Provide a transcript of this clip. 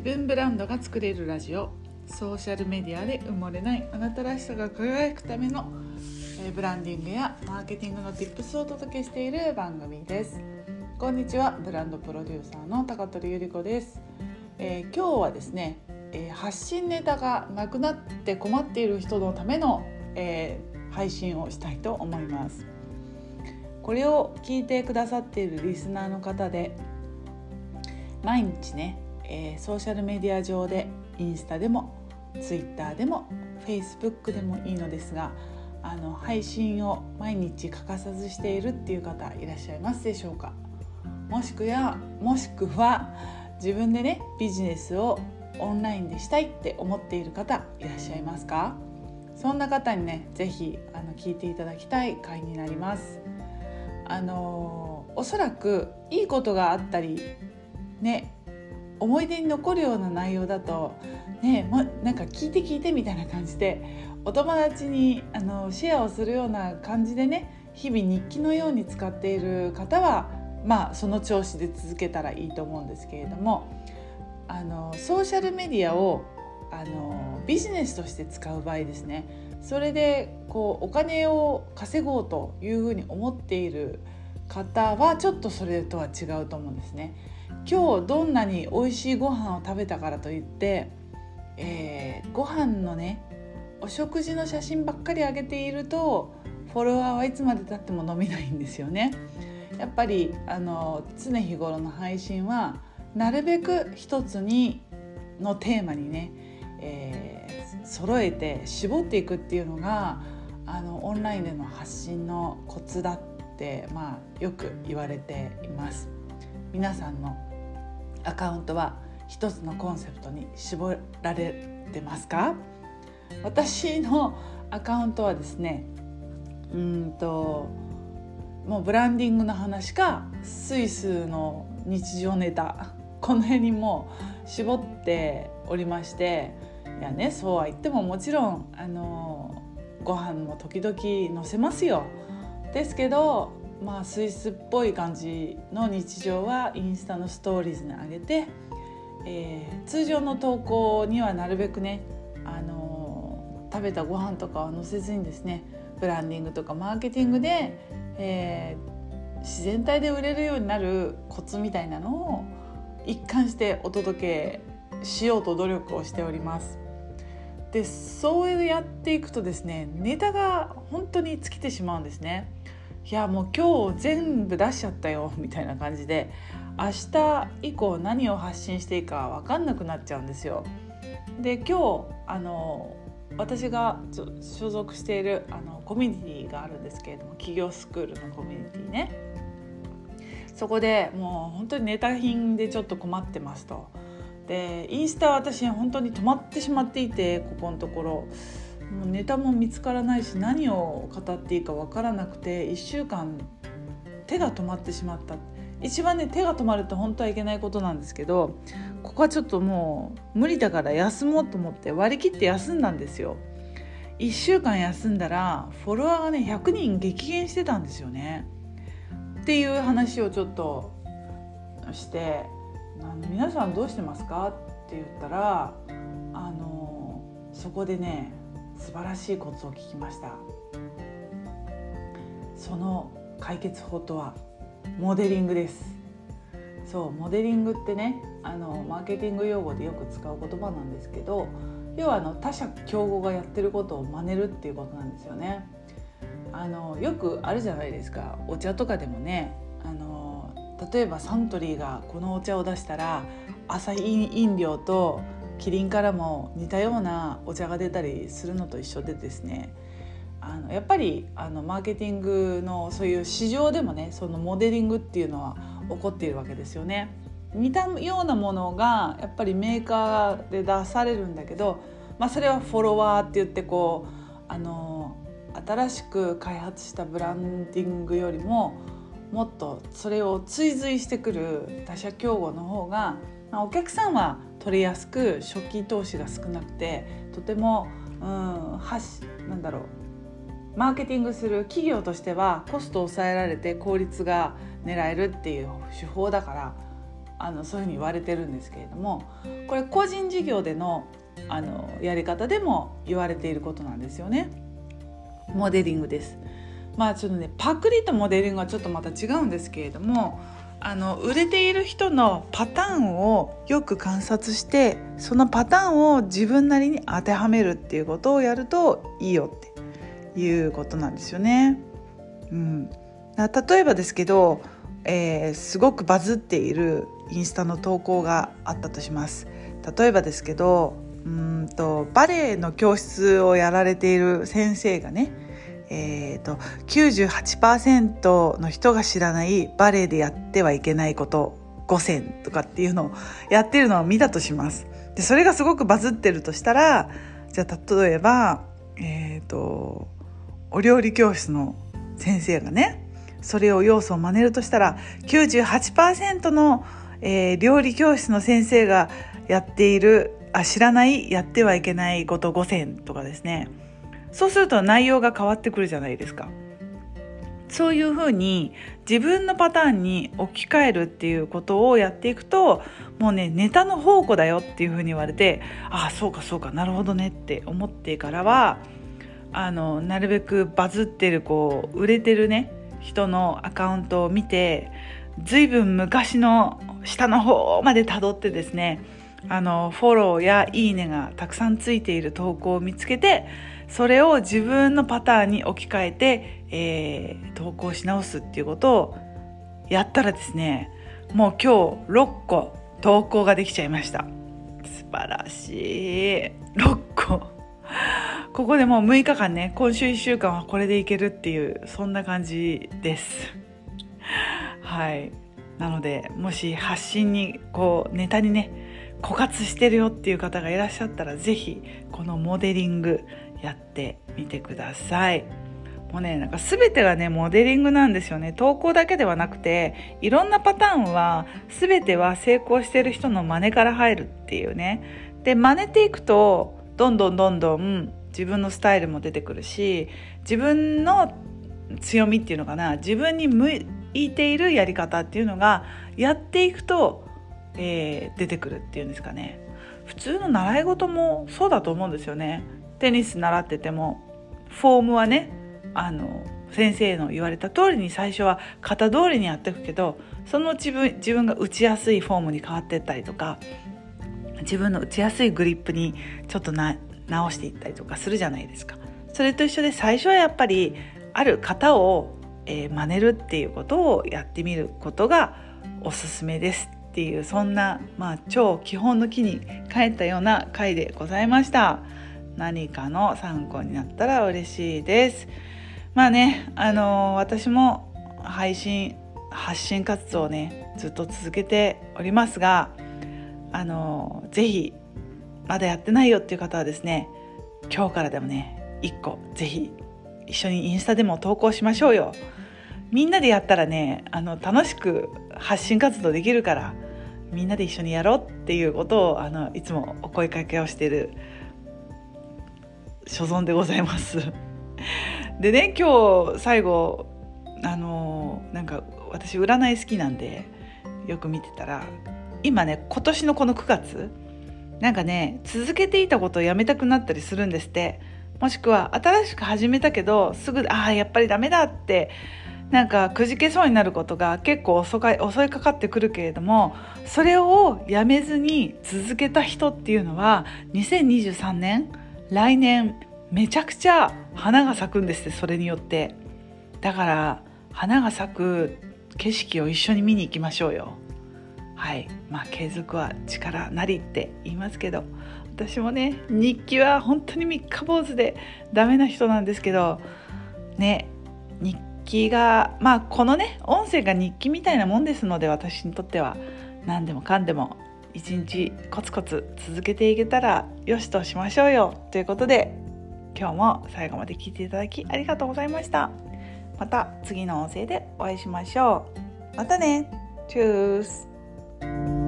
自分ブランドが作れるラジオ。ソーシャルメディアで埋もれないあなたらしさが輝くためのブランディングやマーケティングの Tips をお届けしている番組です。こんにちは、ブランドプロデューサーの高取ゆり子です。今日はですね、発信ネタがなくなって困っている人のための、配信をしたいと思います。これを聞いてくださっているリスナーの方で毎日ね、ソーシャルメディア上でインスタでもツイッターでもフェイスブックでもいいのですが、配信を毎日欠かさずしているっていう方いらっしゃいますでしょうか。もしくは自分でねビジネスをオンラインでしたいって思っている方いらっしゃいますか。そんな方にねぜひ聞いていただきたい回になります。おそらくいいことがあったりね、思い出に残るような内容だとね、なんか聞いてみたいな感じでお友達にシェアをするような感じでね、日々日記のように使っている方はその調子で続けたらいいと思うんですけれども、ソーシャルメディアをビジネスとして使う場合ですね、それでお金を稼ごうというふうに思っている方はちょっとそれとは違うと思うんですね。今日どんなに美味しいご飯を食べたからといって、ご飯のねお食事の写真ばっかり上げているとフォロワーはいつまで経っても伸びないんですよね。やっぱり常日頃の配信はなるべく一つのテーマにね、揃えて絞っていくっていうのがオンラインでの発信のコツだってよく言われています。皆さんのアカウントは一つのコンセプトに絞られてますか？私のアカウントはですね、もうブランディングの話かスイスの日常ネタ、この辺にもう絞っておりまして、いやね、そうは言ってももちろんご飯も時々載せますよ。ですけどスイスっぽい感じの日常はインスタのストーリーズに上げて、通常の投稿にはなるべくね、食べたご飯とかは載せずにですね、ブランディングとかマーケティングで、自然体で売れるようになるコツみたいなのを一貫してお届けしようと努力をしております。で、そうやっていくとですね、ネタが本当に尽きてしまうんですね。いやもう今日全部出しちゃったよみたいな感じで、明日以降何を発信していいか分かんなくなっちゃうんですよ。で、今日私が所属しているコミュニティがあるんですけれども、企業スクールのコミュニティね、そこでもう本当にネタ品でちょっと困ってますと。で、インスタは私本当に止まってしまっていて、ここのところもうネタも見つからないし、何を語っていいか分からなくて1週間手が止まってしまった。一番ね、手が止まると本当はいけないことなんですけど、ここはちょっともう無理だから休もうと思って割り切って休んだんですよ。1週間休んだらフォロワーがね100人激減してたんですよねっていう話をちょっとして、皆さんどうしてますかって言ったら、そこでね素晴らしいコツを聞きました。その解決法とはモデリングです。そう、モデリングってね、マーケティング用語でよく使う言葉なんですけど、要は他社競合がやってることを真似るっていうことなんですよね。よくあるじゃないですか。お茶とかでもね、例えばサントリーがこのお茶を出したらアサヒ飲料とキリンからも似たようなお茶が出たりするのと一緒でですね、やっぱりマーケティングのそういう市場でもね、そのモデリングっていうのは起こっているわけですよね。似たようなものがやっぱりメーカーで出されるんだけど、それはフォロワーって言って新しく開発したブランディングよりももっとそれを追随してくる他社競合の方が、お客さんは取りやすく初期投資が少なくて、とてもマーケティングする企業としてはコストを抑えられて効率が狙えるっていう手法だから、 そういうふうに言われてるんですけれども、これ個人事業でのやり方でも言われていることなんですよね。モデリングです。ちょっとね、パクリとモデリングはちょっとまた違うんですけれども、売れている人のパターンをよく観察して、そのパターンを自分なりに当てはめるっていうことをやるといいよっていうことなんですよね。例えばですけど、すごくバズっているインスタの投稿があったとします。例えばですけど、バレエの教室をやられている先生がね、98% の人が知らないバレエでやってはいけないこと5選とかっていうのをやってるのを見たとします。でそれがすごくバズってるとしたら、じゃあ例えば、お料理教室の先生がね、それを要素を真似るとしたら 98% の、料理教室の先生がやっている知らないやってはいけないこと5選とかですね。そうすると内容が変わってくるじゃないですか。そういうふうに自分のパターンに置き換えるっていうことをやっていくと、もうね、ネタの宝庫だよっていうふうに言われて、そうかなるほどねって思ってからは、なるべくバズってる売れてるね人のアカウントを見て、ずいぶん昔の下の方まで辿ってですね、フォローやいいねがたくさんついている投稿を見つけて、それを自分のパターンに置き換えて、投稿し直すっていうことをやったらですね、もう今日6個投稿ができちゃいました。素晴らしい。6個ここでもう6日間ね、今週1週間はこれでいけるっていう、そんな感じです。はい。なので、もし発信にネタにね枯渇してるよっていう方がいらっしゃったら、ぜひこのモデリングやってみてください。もうね、なんか全てがねモデリングなんですよね。投稿だけではなくて、いろんなパターンは全ては成功してる人の真似から入るっていうね。で真似ていくとどんどん自分のスタイルも出てくるし、自分の強みっていうのかな、自分に向いているやり方っていうのがやっていくと、出てくるっていうんですかね。普通の習い事もそうだと思うんですよね。テニス習っててもフォームはね、先生の言われた通りに最初は型通りにやっていくけど、その自分が打ちやすいフォームに変わっていったりとか、自分の打ちやすいグリップにちょっと直していったりとかするじゃないですか。それと一緒で、最初はやっぱりある型を、真似るっていうことをやってみることがおすすめですっていう、そんな、超基本の木に帰ったような回でございました。何かの参考になったら嬉しいです。私も発信活動をねずっと続けておりますが、ぜひまだやってないよっていう方はですね、今日からでもね1個ぜひ一緒にインスタでも投稿しましょうよ。みんなでやったらね、楽しく発信活動できるから、みんなで一緒にやろうっていうことをいつもお声かけをしている所存でございますでね、今日最後なんか私占い好きなんでよく見てたら、今ね今年のこの9月なんかね続けていたことをやめたくなったりするんですって。もしくは新しく始めたけどすぐやっぱりダメだってなんかくじけそうになることが結構襲いかかってくるけれども、それをやめずに続けた人っていうのは2023年来年めちゃくちゃ花が咲くんですって。それによってだから花が咲く景色を一緒に見に行きましょうよ。はい、継続は力なりって言いますけど、私もね日記は本当に三日坊主でダメな人なんですけどね、日記がこのね音声が日記みたいなもんですので、私にとっては何でもかんでも一日コツコツ続けていけたらよしとしましょうよということで、今日も最後まで聞いていただきありがとうございました。また次の音声でお会いしましょう。またね。チュース。